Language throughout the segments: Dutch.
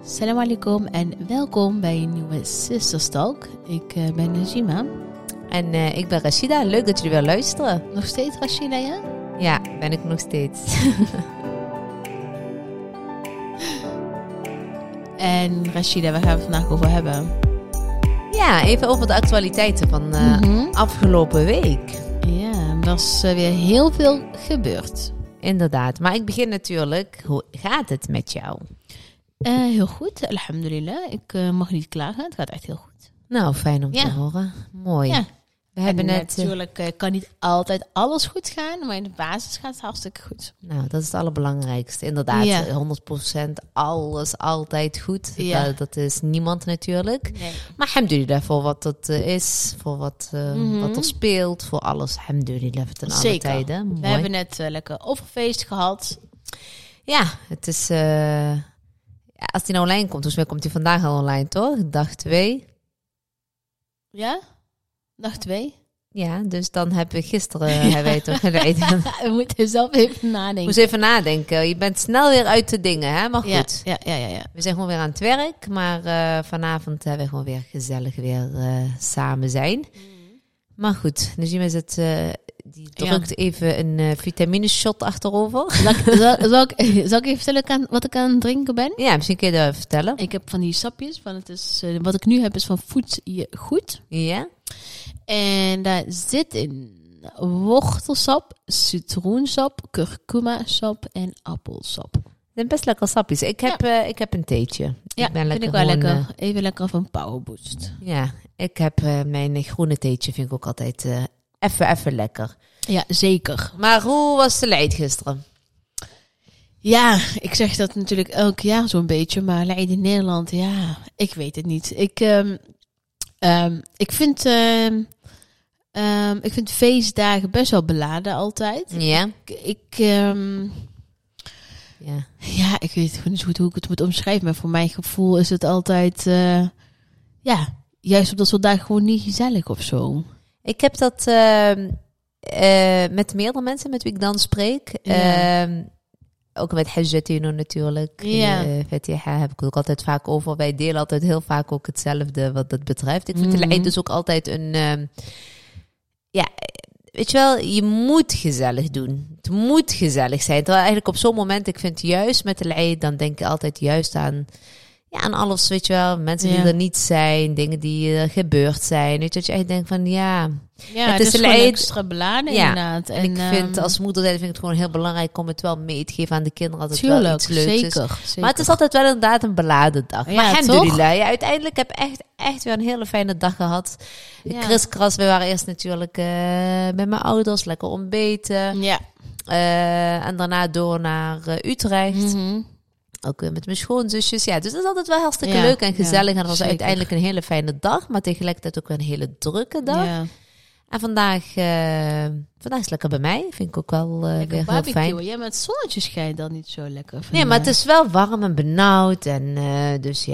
Salam alaikum en welkom bij een nieuwe Sisters Talk. Ik ben Najima. En ik ben Rashida. Leuk dat jullie weer luisteren. Nog steeds Rashida, ja? Ja, ben ik nog steeds. En Rashida, waar gaan we het vandaag over hebben? Ja, even over de actualiteiten van afgelopen week. Ja, er is weer heel veel gebeurd. Inderdaad. Maar ik begin natuurlijk. Hoe gaat het met jou? Heel goed, alhamdulillah. Ik mag niet klagen, het gaat echt heel goed. Nou, fijn om te horen. Mooi. Ja. We hebben net... Natuurlijk kan niet altijd alles goed gaan, maar in de basis gaat het hartstikke goed. Nou, dat is het allerbelangrijkste. Inderdaad, Ja. 100% alles altijd goed. Ja. Dat is niemand natuurlijk. Nee. Maar alhamdulillah voor wat het is, voor wat er speelt, voor alles. Alhamdulillah ten alle Zeker. tijden. Mooi. We hebben net lekker offerfeest gehad. Ja, het is... als die nou online komt, volgens mij komt hij vandaag al online, toch? Dag 2. Ja? Dag 2. Ja, dus dan hebben we gisteren hebben wij toch gereden. We moeten zelf even nadenken. Moest even nadenken. Je bent snel weer uit de dingen, hè? Maar goed. Ja. We zijn gewoon weer aan het werk, maar vanavond hebben we gewoon weer gezellig weer samen zijn. Maar goed, dus je zit, die drukt even een vitamine-shot achterover. Zal ik even vertellen wat ik aan het drinken ben? Ja, misschien kun je dat even vertellen. Ik heb van die sapjes. Het is, wat ik nu heb is van Voed je goed. Ja. En daar zit in wortelsap, citroensap, kurkuma-sap en appelsap. Het zijn best lekker sapjes. Ik heb een theetje. Ja, ik ben vind lekker ik wel gewoon, lekker. Even lekker van Powerboost. Ja, ik heb mijn groene theetje, vind ik ook altijd even lekker. Ja, zeker. Maar hoe was de Leid gisteren? Ja, ik zeg dat natuurlijk elk jaar zo'n beetje, maar Leiden in Nederland, ja, ik weet het niet. Ik vind feestdagen best wel beladen altijd. Ja. Ja, ik weet gewoon niet zo goed hoe ik het moet omschrijven, maar voor mijn gevoel is het altijd, juist op dat soort dagen gewoon niet gezellig of zo. Ik heb dat met meerdere mensen met wie ik dan spreek. Ja. Ook met Hajjatino natuurlijk. Ja. Fatiha heb ik het ook altijd vaak over. Wij delen altijd heel vaak ook hetzelfde wat dat betreft. Ik vind de Leid dus ook altijd een... weet je wel, je moet gezellig doen. Het moet gezellig zijn. Terwijl eigenlijk op zo'n moment, ik vind juist met de Leid, dan denk ik altijd juist aan alles, weet je wel. Mensen die er niet zijn, dingen die er gebeurd zijn. Weet je, dat je echt denkt van, het is gewoon extra beladen inderdaad. En ik vind als moeder vind ik het gewoon heel belangrijk om het wel mee te geven aan de kinderen. Dat het Tuurlijk, wel iets leuks zeker. is. Maar het is altijd wel inderdaad een beladen dag. Ja, maar alhamdulillah, toch? Uiteindelijk heb ik echt weer een hele fijne dag gehad. Ja. Kriskras, we waren eerst natuurlijk bij mijn ouders, lekker ontbeten. Ja. En daarna door naar Utrecht. Ook met mijn schoonzusjes. Ja, dus dat is altijd wel hartstikke leuk en gezellig. En dat was uiteindelijk een hele fijne dag. Maar tegelijkertijd ook weer een hele drukke dag. Ja. En vandaag is het lekker bij mij. Vind ik ook wel weer heel fijn. Ja, maar het zonnetje schijnt dan niet zo lekker. Nee, maar het is wel warm en benauwd. En dus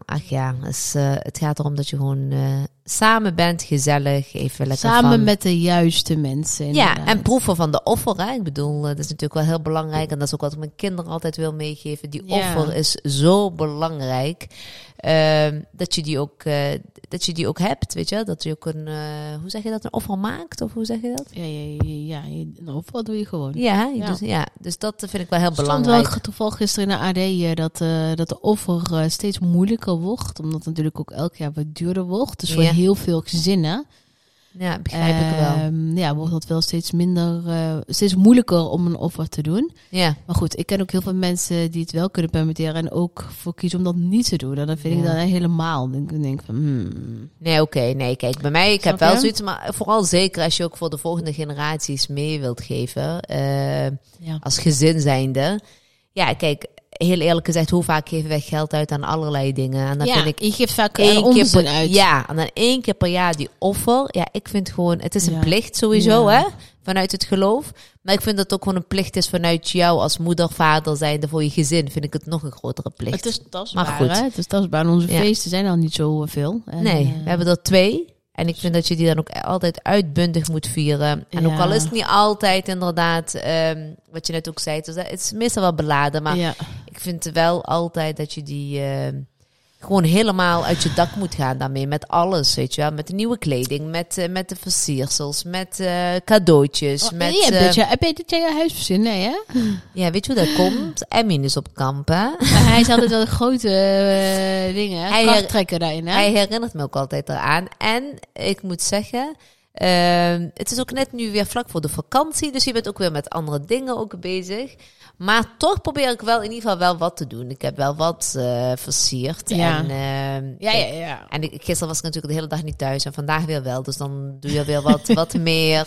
het gaat erom dat je gewoon samen bent, gezellig, even lekker samen met de juiste mensen. Inderdaad. Ja, en proeven van de offer. Hè? Ik bedoel, dat is natuurlijk wel heel belangrijk. En dat is ook wat ik mijn kinderen altijd wil meegeven. Die offer is zo belangrijk. Dat je die ook hebt, weet je. Dat je ook een, hoe zeg je dat, een offer maakt? Of hoe zeg je dat? Ja, een offer doe je gewoon. Dus dat vind ik wel heel belangrijk. belangrijk. Er stond wel toevallig gisteren in de AD dat de offer steeds moeilijker wordt. Omdat het natuurlijk ook elk jaar wat duurder wordt. Dus voor heel veel gezinnen. Ja, begrijp ik wel. Wordt het wel steeds moeilijker om een offer te doen. Ja. Maar goed, ik ken ook heel veel mensen die het wel kunnen permitteren en ook voor kiezen om dat niet te doen. En dan vind ik dat helemaal. Ik denk van, Nee, oké. Nee, kijk, bij mij, ik heb wel zoiets, maar vooral zeker als je ook voor de volgende generaties mee wilt geven, als gezin zijnde. Ja, kijk, heel eerlijk gezegd, hoe vaak geven wij geld uit aan allerlei dingen? En dan vind ik je geeft vaak onzin uit. Ja, en dan 1 keer per jaar die offer. Ja, ik vind gewoon, het is een plicht sowieso, hè, vanuit het geloof. Maar ik vind dat het ook gewoon een plicht is vanuit jou als moeder, vader zijnde voor je gezin. Vind ik het nog een grotere plicht. Het is tastbaar, maar goed. Hè? Het is tastbaar. En onze feesten zijn al niet zo veel. Nee, we hebben er 2. En ik vind dat je die dan ook altijd uitbundig moet vieren. En ook al is het niet altijd inderdaad, wat je net ook zei. Dus het is meestal wel beladen. Maar ik vind wel altijd dat je die gewoon helemaal uit je dak moet gaan daarmee. Met alles, weet je wel. Met de nieuwe kleding, met de versiersels, met cadeautjes. Heb je dit jaar je huis verzinnen, nee, hè? Ja, weet je hoe dat komt? Emin is op kamp, hè? Maar hij is altijd wel grote dingen, krachttrekker daarin, hè? Hij herinnert me ook altijd eraan. En ik moet zeggen... het is ook net nu weer vlak voor de vakantie, dus je bent ook weer met andere dingen ook bezig. Maar toch probeer ik wel in ieder geval wel wat te doen. Ik heb wel wat versierd. Ja. En gisteren was ik natuurlijk de hele dag niet thuis en vandaag weer wel. Dus dan doe je weer wat meer.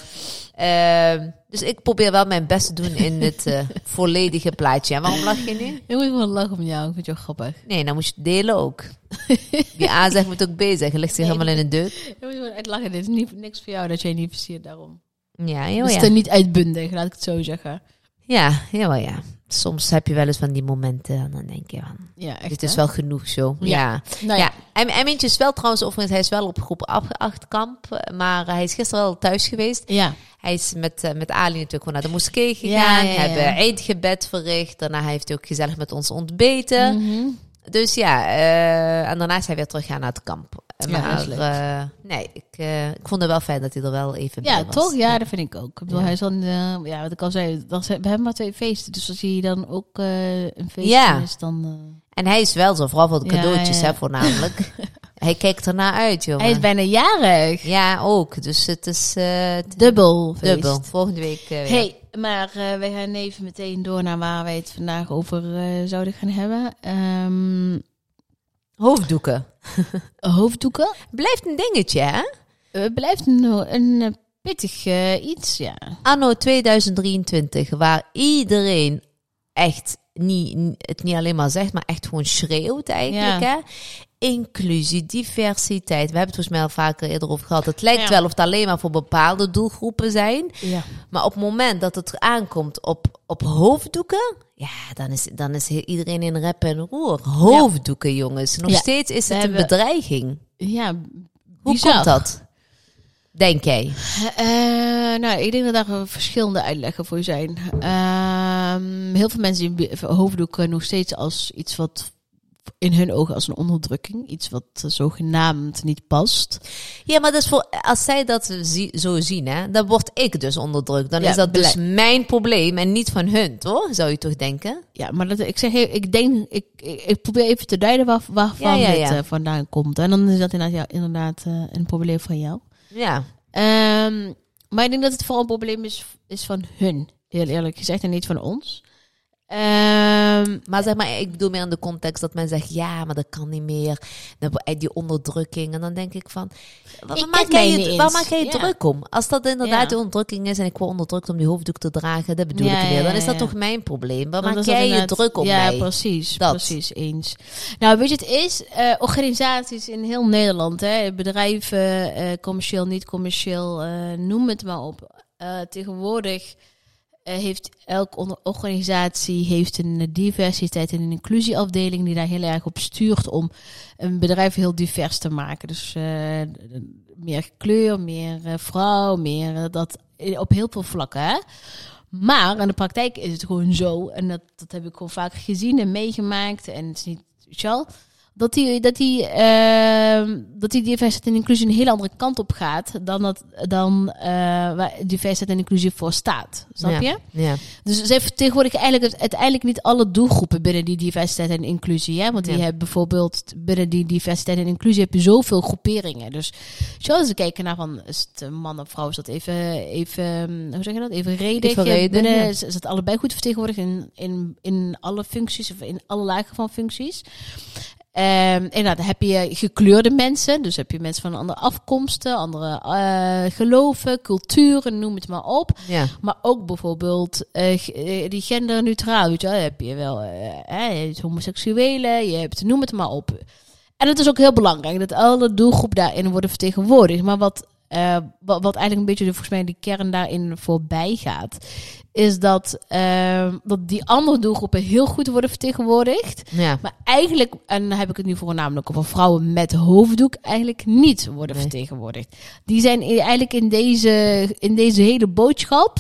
Dus ik probeer wel mijn best te doen in het volledige plaatje. En waarom lach je nu? Ik moet gewoon lachen om jou. Ik vind het wel grappig. Nee, dan moet je het delen ook. Die A zegt moet ook B zeggen. Ligt zich helemaal in een deuk. Ik moet gewoon uitlachen. Dit is niks voor jou dat jij niet versiert daarom. Ja, dus het is niet uitbundig, laat ik het zo zeggen. Ja. Soms heb je wel eens van die momenten en dan denk je van, ja, echt, dit is wel genoeg zo. Ja. Nou ja. En Mintje is wel trouwens, overigens, hij is wel op groep 8 kamp, maar hij is gisteren wel thuis geweest. Ja. Hij is met Ali natuurlijk gewoon naar de moskee gegaan, hebben eetgebed verricht, daarna heeft hij ook gezellig met ons ontbeten. Mm-hmm. Dus ja, en daarna is hij weer teruggegaan naar het kamp. Maar ik vond het wel fijn dat hij er wel even bij was. Ja, toch? Ja, dat vind ik ook. Ik bedoel, hij is dan, wat ik al zei, we hebben maar 2 feesten. Dus als hij dan ook een feestje is, dan... En hij is wel zo, vooral voor de cadeautjes, hè, voornamelijk. Hij kijkt ernaar uit, jongen. Hij is bijna jarig. Ja, ook. Dus het is... dubbel. Volgende week weer. Hey, maar wij gaan even meteen door naar waar wij het vandaag over zouden gaan hebben. Hoofddoeken. Hoofddoeken? Blijft een dingetje, hè? Blijft een pittig iets, ja. Anno 2023, waar iedereen echt het niet alleen maar zegt, maar echt gewoon schreeuwt eigenlijk, hè? Inclusie, diversiteit. We hebben het volgens mij al vaker eerder over gehad. Het lijkt wel of het alleen maar voor bepaalde doelgroepen zijn. Ja. Maar op het moment dat het aankomt op hoofddoeken... Ja, dan is iedereen in rep en roer. Hoofddoeken, jongens. Nog steeds is het een bedreiging. Ja, hoe komt dat? Denk jij? Ik denk dat daar verschillende uitleggen voor zijn. Heel veel mensen zien hoofddoeken nog steeds als iets wat in hun ogen als een onderdrukking. Iets wat zogenaamd niet past. Ja, maar dus als zij dat zo zien, hè, dan word ik dus onderdrukt. Dan is dat dus mijn probleem en niet van hun, toch? Zou je toch denken? Ja, maar ik probeer even te duiden waarvan dit vandaan komt. En dan is dat inderdaad een probleem van jou. Ja. Maar ik denk dat het vooral een probleem is van hun, heel eerlijk gezegd, en niet van ons. Maar zeg maar, ik bedoel meer in de context dat men zegt, ja, maar dat kan niet meer. Die onderdrukking. En dan denk ik van, waar maak jij je druk om? Als dat inderdaad de onderdrukking is en ik word onderdrukt om die hoofddoek te dragen, dat bedoel ik weer. Dan is dat toch mijn probleem? Waar maak jij je druk om mij? Ja, precies eens. Nou, weet je, het is organisaties in heel Nederland, hè, bedrijven, commercieel, niet commercieel, noem het maar op. Tegenwoordig heeft elke organisatie heeft een diversiteit en een inclusieafdeling die daar heel erg op stuurt om een bedrijf heel divers te maken. Dus meer kleur, meer vrouw, meer dat op heel veel vlakken. Hè? Maar in de praktijk is het gewoon zo, en dat heb ik gewoon vaak gezien en meegemaakt, en het is niet speciaal, dat die diversiteit en inclusie een hele andere kant op gaat dan waar diversiteit en inclusie voor staat. Snap je? Ja. Dus ze heeft tegenwoordig uiteindelijk niet alle doelgroepen binnen die diversiteit en inclusie. Hè? Want die hebben bijvoorbeeld binnen die diversiteit en inclusie heb je zoveel groeperingen. Dus als we kijken naar van, is het man of vrouw, is dat even hoe zeg je dat? Even redig. Is het allebei goed vertegenwoordigd in alle functies of in alle lagen van functies. En dan heb je gekleurde mensen. Dus heb je mensen van andere afkomsten, andere geloven, culturen, noem het maar op. Ja. Maar ook bijvoorbeeld die genderneutraal. Weet je wel, heb je wel je hebt homoseksuelen, je hebt noem het maar op. En het is ook heel belangrijk dat alle doelgroepen daarin worden vertegenwoordigd. Maar wat eigenlijk een beetje volgens mij die kern daarin voorbij gaat, is dat die andere doelgroepen heel goed worden vertegenwoordigd. Ja. Maar eigenlijk, en dan heb ik het nu voornamelijk over vrouwen met hoofddoek, eigenlijk niet worden vertegenwoordigd. Die zijn eigenlijk in deze hele boodschap,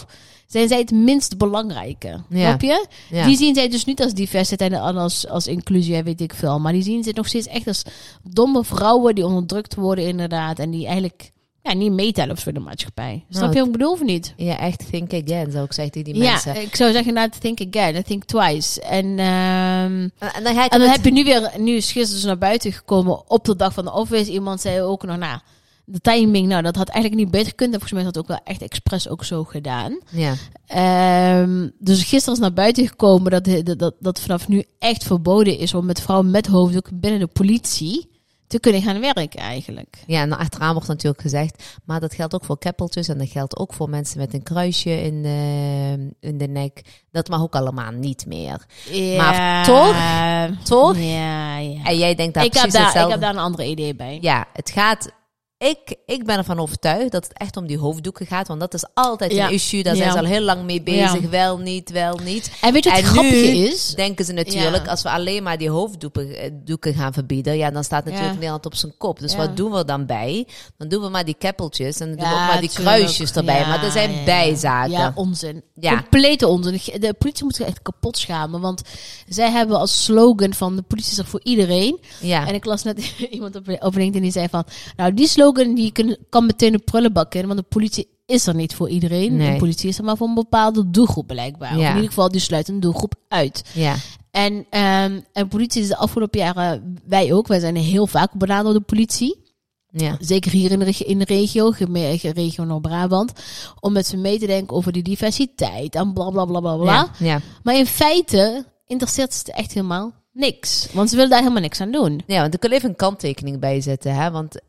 zijn zij het minst belangrijke. Snap je? Ja. Die zien zij dus niet als diversiteit en als inclusie en weet ik veel. Maar die zien ze nog steeds echt als domme vrouwen die onderdrukt worden inderdaad. En die eigenlijk niet meetellen of zo in de maatschappij. Snap je wat ik bedoel of niet? Ja, echt think again, zou ik zeggen tegen die mensen. Ja, ik zou zeggen inderdaad think again, think twice. En dan heb je nu is gisteren dus naar buiten gekomen op de dag van de office. Iemand zei ook nog, de timing, dat had eigenlijk niet beter kunnen. Volgens mij had het ook wel echt expres ook zo gedaan. Ja. Dus gisteren is naar buiten gekomen dat vanaf nu echt verboden is om met vrouwen met hoofddoek binnen de politie te kunnen gaan werken eigenlijk. Ja, en achteraan wordt natuurlijk gezegd, maar dat geldt ook voor keppeltjes en dat geldt ook voor mensen met een kruisje in de nek. Dat mag ook allemaal niet meer. Ja, maar toch? Ja. En jij denkt daar precies hetzelfde. Ik heb daar een andere idee bij. Ja, het gaat... Ik ben ervan overtuigd dat het echt om die hoofddoeken gaat. Want dat is altijd een issue. Daar zijn ze al heel lang mee bezig. Ja. Wel niet. En weet je wat het grappige is? Denken ze natuurlijk, als we alleen maar die hoofddoeken gaan verbieden. Dan staat natuurlijk Nederland op zijn kop. Dus wat doen we dan bij? Dan doen we maar die keppeltjes. En dan doen we ook maar die kruisjes erbij. Maar er zijn bijzaken. Ja, onzin. Ja. Complete onzin. De politie moet zich echt kapot schamen. Want zij hebben als slogan van de politie is er voor iedereen. Ja. En ik las net iemand op LinkedIn die zei van... die slogan die kan meteen een prullenbak in, want de politie is er niet voor iedereen. Nee. De politie is er maar voor een bepaalde doelgroep blijkbaar. Ja. In ieder geval, die sluit een doelgroep uit. Ja. En politie is de afgelopen jaren, wij zijn heel vaak benaderd door de politie. Ja. Zeker hier in de regio, regio Noord-Brabant, om met ze mee te denken over die diversiteit en bla bla bla bla bla. Ja. Ja. Maar in feite interesseert het echt helemaal niks. Want ze willen daar helemaal niks aan doen. Ja, want ik wil even een kanttekening bij zetten. Hè? Want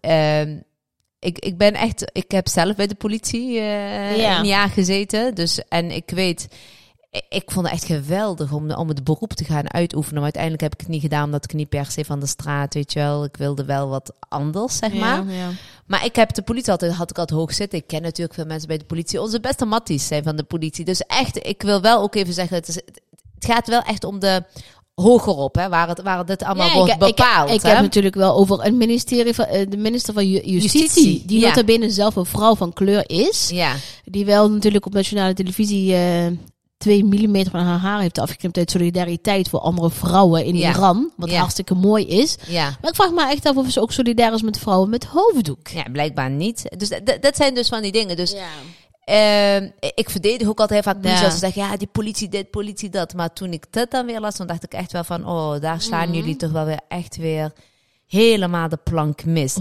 ik heb zelf bij de politie een jaar gezeten. Dus, en ik weet, ik vond het echt geweldig om het beroep te gaan uitoefenen. Maar uiteindelijk heb ik het niet gedaan, omdat ik niet per se van de straat, weet je wel. Ik wilde wel wat anders, zeg maar. Ja. Maar ik heb de politie had ik altijd hoog zitten. Ik ken natuurlijk veel mensen bij de politie. Onze beste matties zijn van de politie. Dus echt, ik wil wel ook even zeggen, het gaat wel echt om de... hogerop, hè, waar dit allemaal wordt bepaald. Ik heb natuurlijk wel over een ministerie van de minister van Justitie. Die notabene zelf een vrouw van kleur is. Ja. Die wel natuurlijk op nationale televisie 2 millimeter van haar haar heeft afgeknipt uit solidariteit voor andere vrouwen in Iran. Wat hartstikke mooi is. Ja. Maar ik vraag me echt af of ze ook solidair is met vrouwen met hoofddoek. Ja, blijkbaar niet. Dus dat zijn dus van die dingen. Dus ik verdedig ook altijd vaak politie als ze zeggen, die politie dit, politie dat. Maar toen ik dat dan weer las, dan dacht ik echt wel van, daar slaan jullie toch wel weer echt weer helemaal de plank mis. 100%.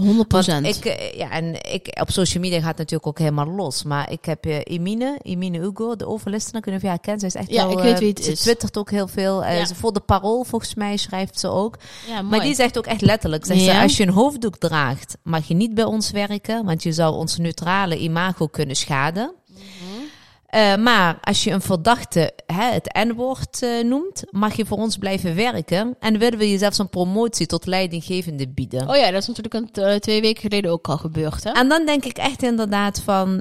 Ik op social media gaat het natuurlijk ook helemaal los. Maar ik heb Emine Hugo, de overlistener, kunnen of je haar kent. Zij is echt ik weet wie het is. Ze twittert ook heel veel. Ze voor de Parool, volgens mij, schrijft ze ook. Ja, maar die zegt ook echt letterlijk, zegt ze, als je een hoofddoek draagt, mag je niet bij ons werken, want je zou ons neutrale imago kunnen schaden. Maar als je een verdachte het N-woord noemt, mag je voor ons blijven werken. En willen we je zelfs een promotie tot leidinggevende bieden. Oh ja, dat is natuurlijk 2 weken geleden ook al gebeurd. Hè? En dan denk ik echt inderdaad van...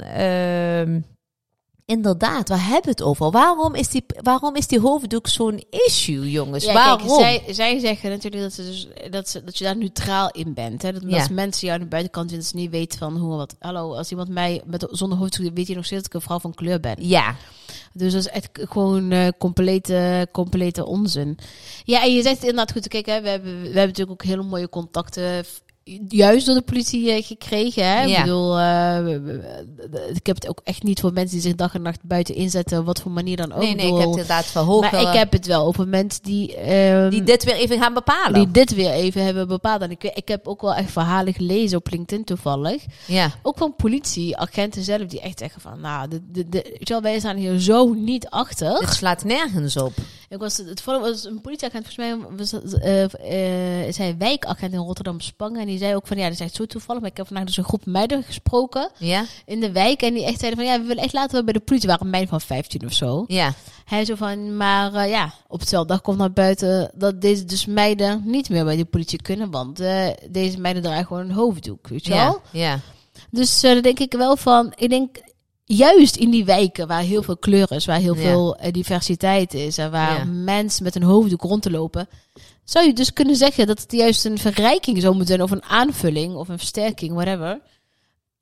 Inderdaad, waar hebben we het over? Waarom is die hoofddoek zo'n issue, jongens? Ja, waarom? Kijk, zij zeggen natuurlijk dat je daar neutraal in bent. Hè? Dat als mensen jou aan de buitenkant vinden, ze niet weten van hoe wat. Hallo, als iemand mij zonder hoofddoek weet je nog steeds dat ik een vrouw van kleur ben. Ja. Dus dat is echt gewoon complete onzin. Ja, en je zegt inderdaad goed. Kijk, hè, we hebben natuurlijk ook hele mooie contacten. Juist door de politie gekregen. Hè? Ja. Ik bedoel, ik heb het ook echt niet voor mensen die zich dag en nacht buiten inzetten, wat voor manier dan ook. Nee, ik heb het inderdaad verhoogd. Maar ik heb het wel over mensen die dit weer even gaan bepalen. Die dit weer even hebben bepaald. En ik heb ook wel echt verhalen gelezen op LinkedIn toevallig. Ja. Ook van politieagenten zelf die echt zeggen van, wij staan hier zo niet achter. Het slaat nergens op. Het was een politieagent, volgens mij is hij wijkagent in Rotterdam-Spangen. En die zei ook van, dat is echt zo toevallig. Maar ik heb vandaag dus een groep meiden gesproken in de wijk. En die echt zeiden van, we willen echt laten we bij de politie. Waren meiden van 15 of zo. Ja. Hij zo van, maar op hetzelfde dag komt naar buiten dat deze dus meiden niet meer bij de politie kunnen. Want deze meiden dragen gewoon een hoofddoek, weet je wel? Ja. Dus daar denk ik wel van, juist in die wijken waar heel veel kleur is, waar heel veel diversiteit is en waar mensen met een hoofddoek rond te lopen, zou je dus kunnen zeggen dat het juist een verrijking zou moeten zijn of een aanvulling of een versterking, whatever.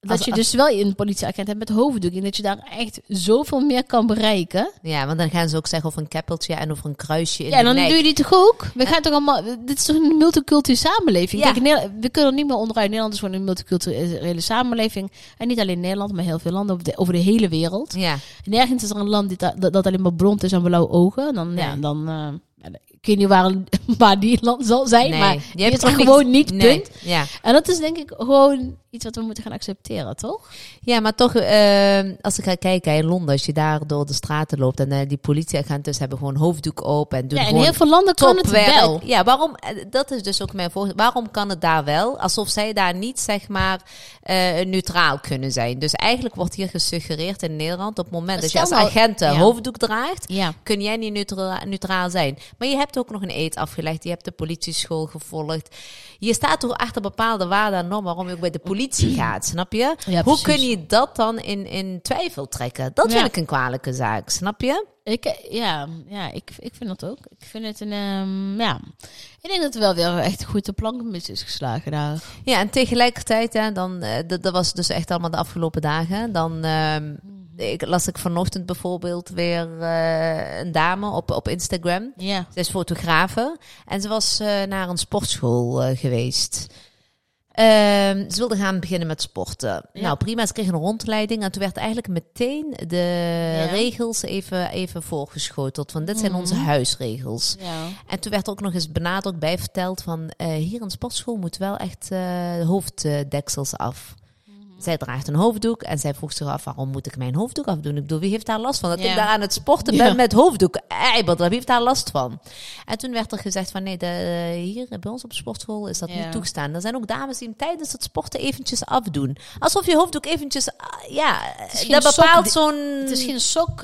Dat je dus wel een politieagent hebt met hoofddoek. En dat je daar echt zoveel meer kan bereiken. Ja, want dan gaan ze ook zeggen over een keppeltje en over een kruisje in de nek. Ja, dan doe je die toch ook? We gaan toch allemaal... Dit is toch een multiculturele samenleving? Ja. Kijk, we kunnen er niet meer onderuit. Nederland is gewoon een multiculturele samenleving. En niet alleen Nederland, maar heel veel landen over de hele wereld. Ja. Nergens is er een land dat alleen maar blond is en blauwe ogen. Dan ik weet niet waar die land zal zijn, maar die is er gewoon niet, punt. Ja. En dat is denk ik gewoon iets wat we moeten gaan accepteren, toch? Ja, maar toch, als ik ga kijken in Londen, als je daar door de straten loopt en die politieagenten hebben gewoon hoofddoek op en doen in heel veel landen kan het wel. Ja, waarom? Dat is dus ook mijn voorstel. Waarom kan het daar wel? Alsof zij daar niet, zeg maar, neutraal kunnen zijn. Dus eigenlijk wordt hier gesuggereerd in Nederland, op het moment dat je als agent hoofddoek draagt, kun jij niet neutraal zijn. Maar je hebt ook nog een eed afgelegd, je hebt de politieschool gevolgd. Je staat toch achter bepaalde waarden en normen waarom je ook bij de politie gaat, snap je? Ja, hoe kun je dat dan in twijfel trekken? Dat vind ik een kwalijke zaak, snap je? Ik vind dat ook. Ik vind het ik denk dat het wel weer echt goed de plank mis is geslagen daar. Ja, en tegelijkertijd, dat was dus echt allemaal de afgelopen dagen. Dan las ik vanochtend bijvoorbeeld weer een dame op Instagram. Ja. Ze is fotografe en ze was naar een sportschool geweest. Ze wilden gaan beginnen met sporten. Ja. Nou prima, ze kregen een rondleiding en toen werd eigenlijk meteen de regels even voorgeschoteld. Want dit zijn onze huisregels. Ja. En toen werd ook nog eens benadrukt bij verteld van hier in de sportschool moet wel echt hoofddeksels af. Zij draagt een hoofddoek en zij vroeg zich af, waarom moet ik mijn hoofddoek afdoen? Ik bedoel, wie heeft daar last van? Dat ik daar aan het sporten ben met hoofddoek. Wie heeft daar last van? En toen werd er gezegd van, nee, hier bij ons op de sportschool is dat niet toegestaan. Er zijn ook dames die hem tijdens het sporten eventjes afdoen. Alsof je hoofddoek eventjes, dat bepaalt zo'n... Het is geen sok,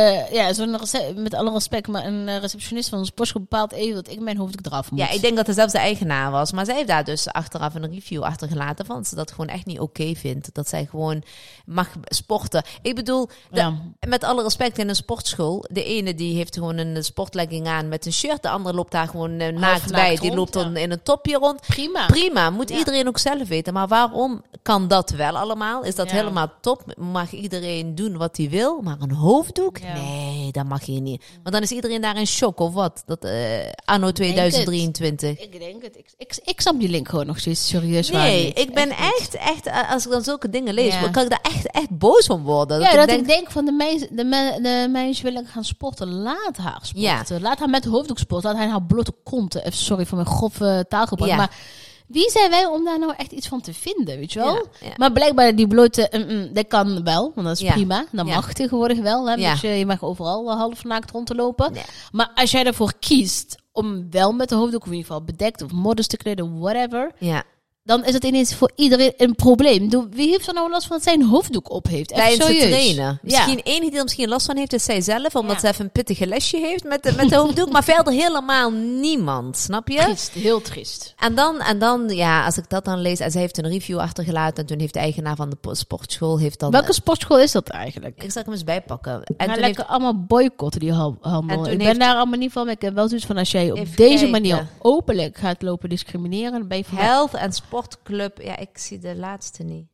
met alle respect, maar een receptionist van een sportschool bepaalt even dat ik mijn hoofddoek eraf moet. Ja, ik denk dat het zelfs de eigenaar was. Maar zij heeft daar dus achteraf een review achtergelaten van ze dat gewoon echt niet oké vindt. Dat zij gewoon mag sporten. Ik bedoel, met alle respect in een sportschool. De ene die heeft gewoon een sportlegging aan met een shirt. De andere loopt daar gewoon naakt bij. Die loopt dan in een topje rond. Prima. Moet iedereen ook zelf weten. Maar waarom kan dat wel allemaal? Is dat helemaal top? Mag iedereen doen wat hij wil? Maar een hoofddoek? Ja. Nee, dat mag je niet. Want dan is iedereen daar in shock of wat? Dat anno 2023. Ik denk het. Ik snap die link gewoon nog steeds serieus. Nee, ik ben echt, als ik dan zulke dingen lees, kan ik daar echt boos om worden. Ik denk van de meisje willen gaan sporten. Laat haar sporten. Laat haar met hoofddoek sporten. Laat haar blote kont. Sorry voor mijn grove taalgebruik. Maar wie zijn wij om daar nou echt iets van te vinden, weet je wel? Ja. Maar blijkbaar die blote, dat kan wel, want dat is prima. Dat mag tegenwoordig wel. Hè? Dus je mag overal half naakt rond te lopen. Ja. Maar als jij ervoor kiest om wel met de hoofddoek, of in ieder geval bedekt of modest te kleden, whatever... Ja. Dan is het ineens voor iedereen een probleem. Wie heeft er nou last van dat zij een hoofddoek op heeft? Tijdens het trainen. Misschien één die er misschien last van heeft, is zij zelf. Omdat ze even een pittige lesje heeft met de hoofddoek. Maar verder helemaal niemand. Snap je? Triest, heel triest. En dan, als ik dat dan lees. En zij heeft een review achtergelaten. En toen heeft de eigenaar van de sportschool... Welke sportschool is dat eigenlijk? Ik zal hem eens bijpakken. En toen lekker allemaal boycotten die handel. Ik ben daar allemaal niet van. Maar ik heb wel zoiets van, als jij op deze manier openlijk gaat lopen discrimineren... Dan ben je van Health en sportclub, ik zie de laatste niet.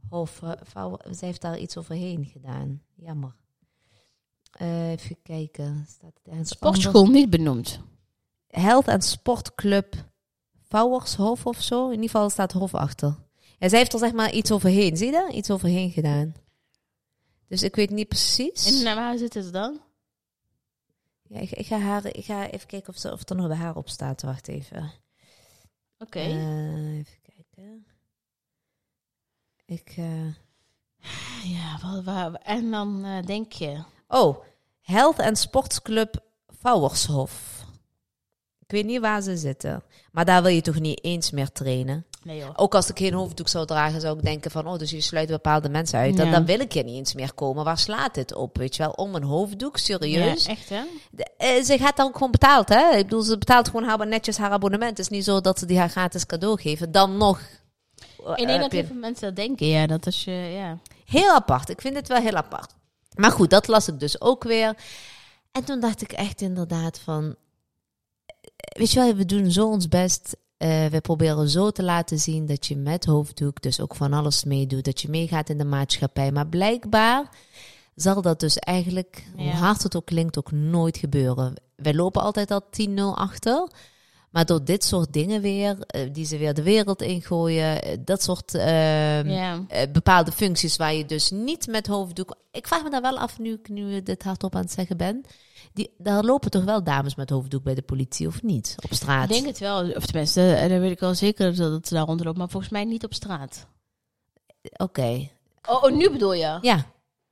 Ze heeft daar iets overheen gedaan. Jammer. Even kijken. Staat sportschool niet benoemd. Health en sportclub Vouwershof of zo. In ieder geval staat Hof achter. Ja, zij heeft er zeg maar iets overheen. Zie je dat? Iets overheen gedaan. Dus ik weet niet precies. En waar zit het dan? Ja, ik ga even kijken of er nog bij haar op staat. Wacht even. Oké. Even kijken. En dan denk je... Oh, Health en Sportsclub Vouwershof. Ik weet niet waar ze zitten. Maar daar wil je toch niet eens meer trainen? Nee, joh. Ook als ik geen hoofddoek zou dragen, zou ik denken van... dus je sluit bepaalde mensen uit. Ja. Dan wil ik je niet eens meer komen. Waar slaat dit op? Weet je wel, om een hoofddoek? Serieus? Ja, echt hè? Ze gaat daar ook gewoon betaald, hè? Ik bedoel, ze betaalt gewoon netjes haar abonnement. Het is niet zo dat ze die haar gratis cadeau geven. Dan nog... Ik denk dat heel veel mensen dat denken, dat is Heel apart. Ik vind het wel heel apart. Maar goed, dat las ik dus ook weer. En toen dacht ik echt inderdaad van... Weet je wel, we doen zo ons best... we proberen zo te laten zien dat je met hoofddoek dus ook van alles meedoet. Dat je meegaat in de maatschappij. Maar blijkbaar zal dat dus eigenlijk, hoe hard het ook klinkt, ook nooit gebeuren. Wij lopen altijd al 10-0 achter. Maar door dit soort dingen weer, die ze weer de wereld ingooien, dat soort bepaalde functies waar je dus niet met hoofddoek... Ik vraag me daar wel af, nu ik dit hardop aan het zeggen ben. Daar lopen toch wel dames met hoofddoek bij de politie, of niet? Op straat? Ik denk het wel. Of tenminste, dan weet ik wel zeker dat ze daar rondlopen. Maar volgens mij niet op straat. Oké. Oh, nu bedoel je? Ja.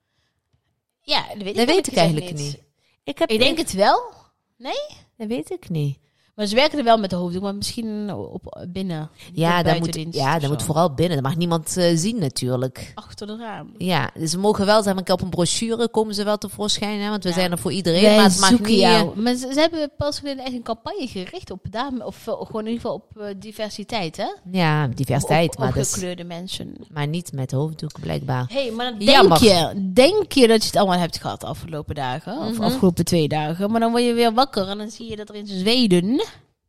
Ja, dat weet ik eigenlijk niet. Ik denk het wel. Nee? Dat weet ik niet. Maar ze werken er wel met de hoofddoek, maar misschien op binnen. Ja, dat moet vooral binnen. Dat mag niemand zien natuurlijk. Achter de raam. Ja, dus ze mogen wel, zeg maar, op een brochure komen ze wel tevoorschijn, hè, want we zijn er voor iedereen. Maar het mag niet. Maar ze hebben pas geleden echt een campagne gericht op dames, of gewoon in ieder geval op diversiteit, hè? Ja, diversiteit. Op gekleurde mensen. Maar niet met hoofddoek, blijkbaar. Hey, maar dan denk je dat je het allemaal hebt gehad de afgelopen dagen, of afgelopen 2 dagen. Maar dan word je weer wakker en dan zie je dat er in Zweden...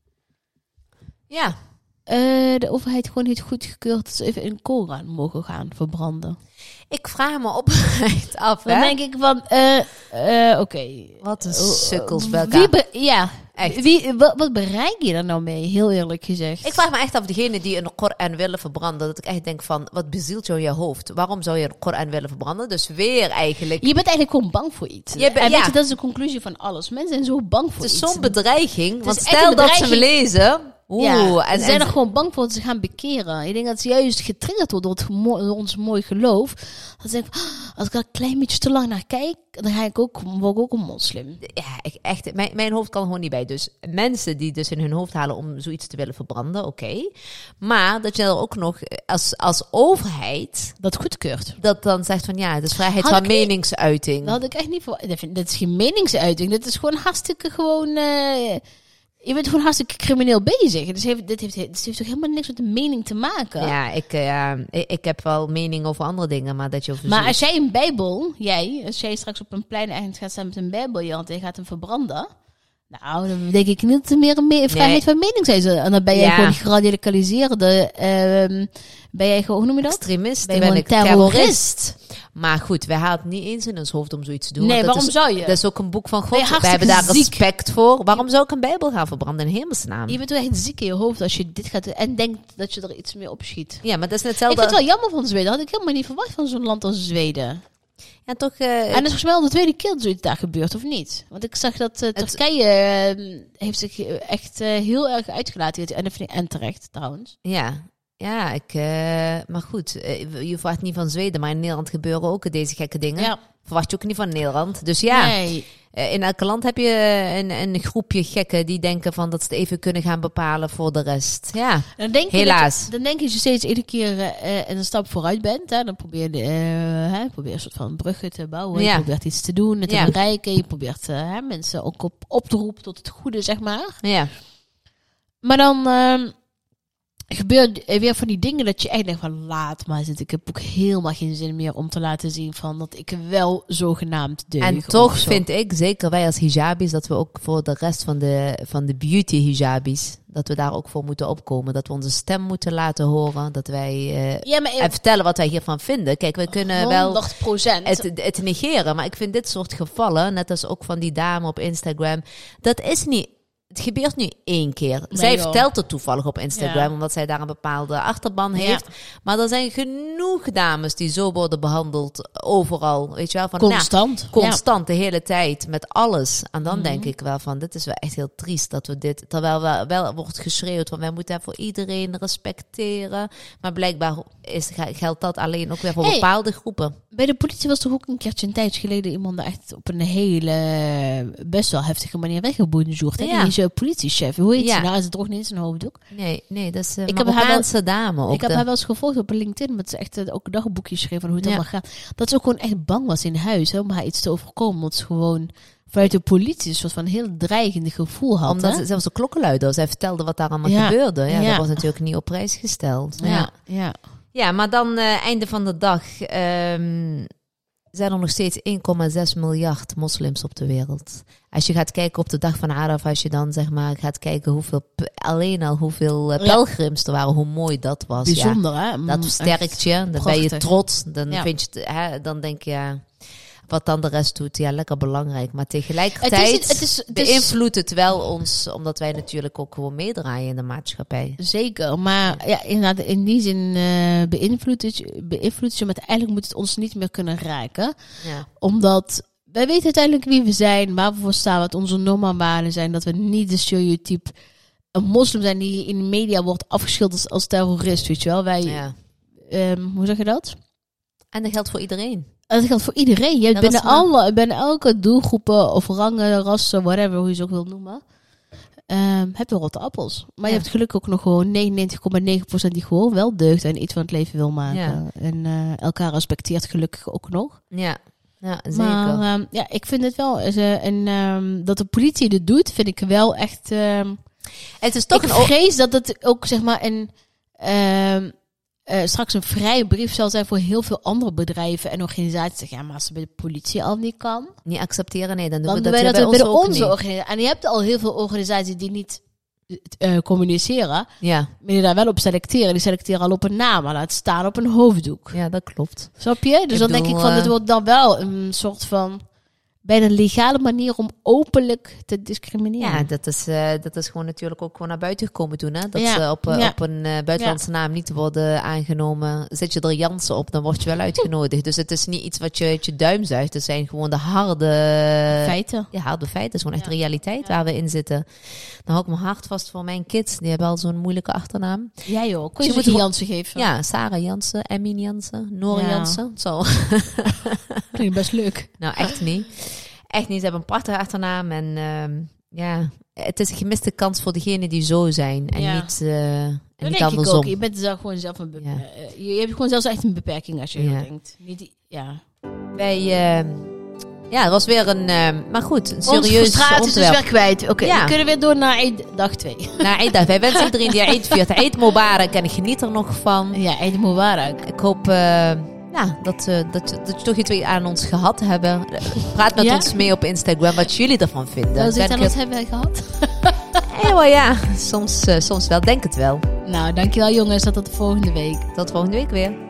Ja. De overheid gewoon heeft goedgekeurd dat ze even in Koran mogen gaan verbranden. Ik vraag me oprecht af, dan denk ik van, oké. Wat een sukkels bij elkaar. Echt. Wat bereik je er nou mee, heel eerlijk gezegd? Ik vraag me echt af, degene die een Koran willen verbranden, dat ik echt denk van, wat bezielt jou in je hoofd? Waarom zou je een Koran willen verbranden? Dus weer eigenlijk... Je bent eigenlijk gewoon bang voor iets. Weet je, dat is de conclusie van alles. Mensen zijn zo bang voor iets. Het is zo'n bedreiging, want stel dat ze lezen... en zijn er gewoon bang voor dat ze gaan bekeren. Ik denk dat ze juist getriggerd wordt door ons mooi geloof. Dat ze denken, als ik er een klein beetje te lang naar kijk, dan word ik ook een moslim. Ja, mijn hoofd kan gewoon niet bij. Dus mensen die dus in hun hoofd halen om zoiets te willen verbranden, oké. Maar dat je er ook nog als overheid... Dat goedkeurt. Dat dan zegt van, het is vrijheid van meningsuiting. Dat had ik echt niet voor... Dit is geen meningsuiting. Dit is gewoon hartstikke gewoon... Je bent gewoon hartstikke crimineel bezig. Dus dit heeft toch helemaal niks met de mening te maken? Ja, ik heb wel mening over andere dingen, maar dat je... Maar als jij een Bijbel, als jij straks op een plein eind gaat staan met een Bijbel in je hand en je gaat hem verbranden... Nou, dan denk ik niet meer een vrijheid van meningsuiting. En dan ben jij gewoon geradicaliseerde... ben jij gewoon, hoe noem je dat? Extremist. Ben je een terrorist. Maar goed, wij halen het niet eens in ons hoofd om zoiets te doen. Nee, waarom zou je? Dat is ook een boek van God. We hebben daar respect voor. Waarom zou ik een Bijbel gaan verbranden in hemelsnaam? Je bent wel echt ziek in je hoofd als je dit gaat doen en denkt dat je er iets mee opschiet. Ja, maar dat is net hetzelfde. Ik vind het wel jammer van Zweden. Dat had ik helemaal niet verwacht van zo'n land als Zweden. Ja, toch... en dat is volgens mij al de tweede keer dat zoiets daar gebeurt, of niet? Want ik zag dat Turkije heeft zich echt heel erg uitgelaten. En dat vind ik terecht, trouwens. Ja, maar goed. Je verwacht niet van Zweden, maar in Nederland gebeuren ook deze gekke dingen. Ja. Verwacht je ook niet van Nederland. Dus nee. In elk land heb je een groepje gekken die denken van dat ze het even kunnen gaan bepalen voor de rest. Ja, helaas. Dan denk je dat je steeds iedere keer een stap vooruit bent. Hè? Dan probeer je een soort van bruggen te bouwen. Je probeert iets te doen, te bereiken. Je probeert mensen ook op te roepen tot het goede, zeg maar. Ja. Maar dan... gebeurt weer van die dingen dat je eigenlijk denkt van laat maar zitten. Ik heb ook helemaal geen zin meer om te laten zien van dat ik wel zogenaamd deug. En toch vind ik, zeker wij als hijabis, dat we ook voor de rest van de beauty hijabis, dat we daar ook voor moeten opkomen. Dat we onze stem moeten laten horen. Dat wij en vertellen wat wij hiervan vinden. Kijk, we kunnen 100%. Wel het negeren. Maar ik vind dit soort gevallen, net als ook van die dame op Instagram, dat is niet... Het gebeurt nu 1 keer. Nee, zij vertelt het toevallig op Instagram, omdat zij daar een bepaalde achterban heeft. Ja. Maar er zijn genoeg dames die zo worden behandeld overal. Weet je wel? Van, constant, de hele tijd, met alles. En dan denk ik wel van, dit is wel echt heel triest dat we dit... Terwijl wel wordt geschreeuwd van, wij moeten voor iedereen respecteren. Maar blijkbaar geldt dat alleen ook weer voor bepaalde groepen. Bij de politie was toch ook een keertje een tijdje geleden iemand echt op een hele, best wel heftige manier weggeboenzoerd. Ja. Die is politiechef. Hoe heet ze? Nou, is het toch niet eens een hoofddoek? Nee, dat is een Marokkaanse dame. Ook ik heb haar wel eens gevolgd op LinkedIn, met ze echt ook dagboekjes schreef van hoe het allemaal gaat. Dat ze ook gewoon echt bang was in huis om haar iets te overkomen. Want ze gewoon vanuit de politie een soort van heel dreigende gevoel had. Omdat ze zelfs de klokkenluider. Zij vertelde wat daar allemaal gebeurde. Ja, dat was natuurlijk niet op prijs gesteld. Ja, maar dan einde van de dag... zijn er nog steeds 1,6 miljard moslims op de wereld. Als je gaat kijken op de dag van Arafah, als je dan zeg maar gaat kijken hoeveel pelgrims er waren, hoe mooi dat was. Bijzonder, hè? Dat versterkt je, dan ben je trots. Dan vind je, dan denk je, wat dan de rest doet, lekker belangrijk. Maar tegelijkertijd het is beïnvloedt het wel ons, omdat wij natuurlijk ook gewoon meedraaien in de maatschappij. Zeker, maar inderdaad, in die zin beïnvloedt het je, maar uiteindelijk moet het ons niet meer kunnen raken. Ja. Omdat wij weten uiteindelijk wie we zijn, waar we voor staan, wat onze normen en waarden zijn, dat we niet de stereotype een moslim zijn die in de media wordt afgeschilderd als terrorist, weet je wel. Wij, hoe zeg je dat? En dat geldt voor iedereen. Dat geldt voor iedereen. Je hebt binnen elke doelgroepen of rangen, rassen, whatever, hoe je ze ook wil noemen, heb je rotte appels. Maar je hebt gelukkig ook nog gewoon 99,9% die gewoon wel deugt en iets van het leven wil maken. Ja. En elkaar respecteert gelukkig ook nog. Ja, zeker. Maar ik vind het wel, dat de politie dit doet, vind ik wel echt. Het is toch vrees dat het ook zeg maar straks een vrije brief zal zijn voor heel veel andere bedrijven en organisaties. Zeggen, ja, maar als het bij de politie al niet kan. Niet accepteren, nee, dan doen we dat bij onze organisatie. En je hebt al heel veel organisaties die niet communiceren. Ja. Maar die daar wel op selecteren. Die selecteren al op een naam, maar laat staan op een hoofddoek. Ja, dat klopt. Snap je? Dus dan denk ik van, dit wordt dan wel een soort van bijna een legale manier om openlijk te discrimineren. Ja, dat is gewoon natuurlijk ook gewoon naar buiten gekomen toen. Hè? Dat ze op een buitenlandse naam niet worden aangenomen. Zet je er Jansen op, dan word je wel uitgenodigd. Dus het is niet iets wat je uit je duim zuigt. Het zijn gewoon de harde feiten. Ja, harde feiten. Het is gewoon echt realiteit waar we in zitten. Dan hou ik mijn hart vast voor mijn kids. Die hebben al zo'n moeilijke achternaam. Ja joh, kun je ze Jansen geven? Ja, Sarah Jansen, Emmy Jansen, Noor Jansen. Zo. Klinkt best leuk. Nou, echt niet. Echt niet. Ze hebben een prachtige achternaam. En het is een gemiste kans voor degenen die zo zijn. En niet andersom. Ook. Je bent zelf gewoon zelf je hebt gewoon zelfs echt een beperking als je denkt. Wij... het was weer een... maar goed, een serieus frustratie is dus weer kwijt. Oké, we kunnen weer door naar dag 2. Naar Eid. Wij wensen iedereen die Eid viert. Eid Mubarak. En ik geniet er nog van. Ja, Eid Mubarak. Ik hoop... dat je toch iets aan ons gehad hebben. Praat met ons mee op Instagram wat jullie ervan vinden. Wat hebben wij gehad? Ja, soms wel. Denk het wel. Nou, dankjewel jongens. Tot de volgende week. Tot volgende week weer.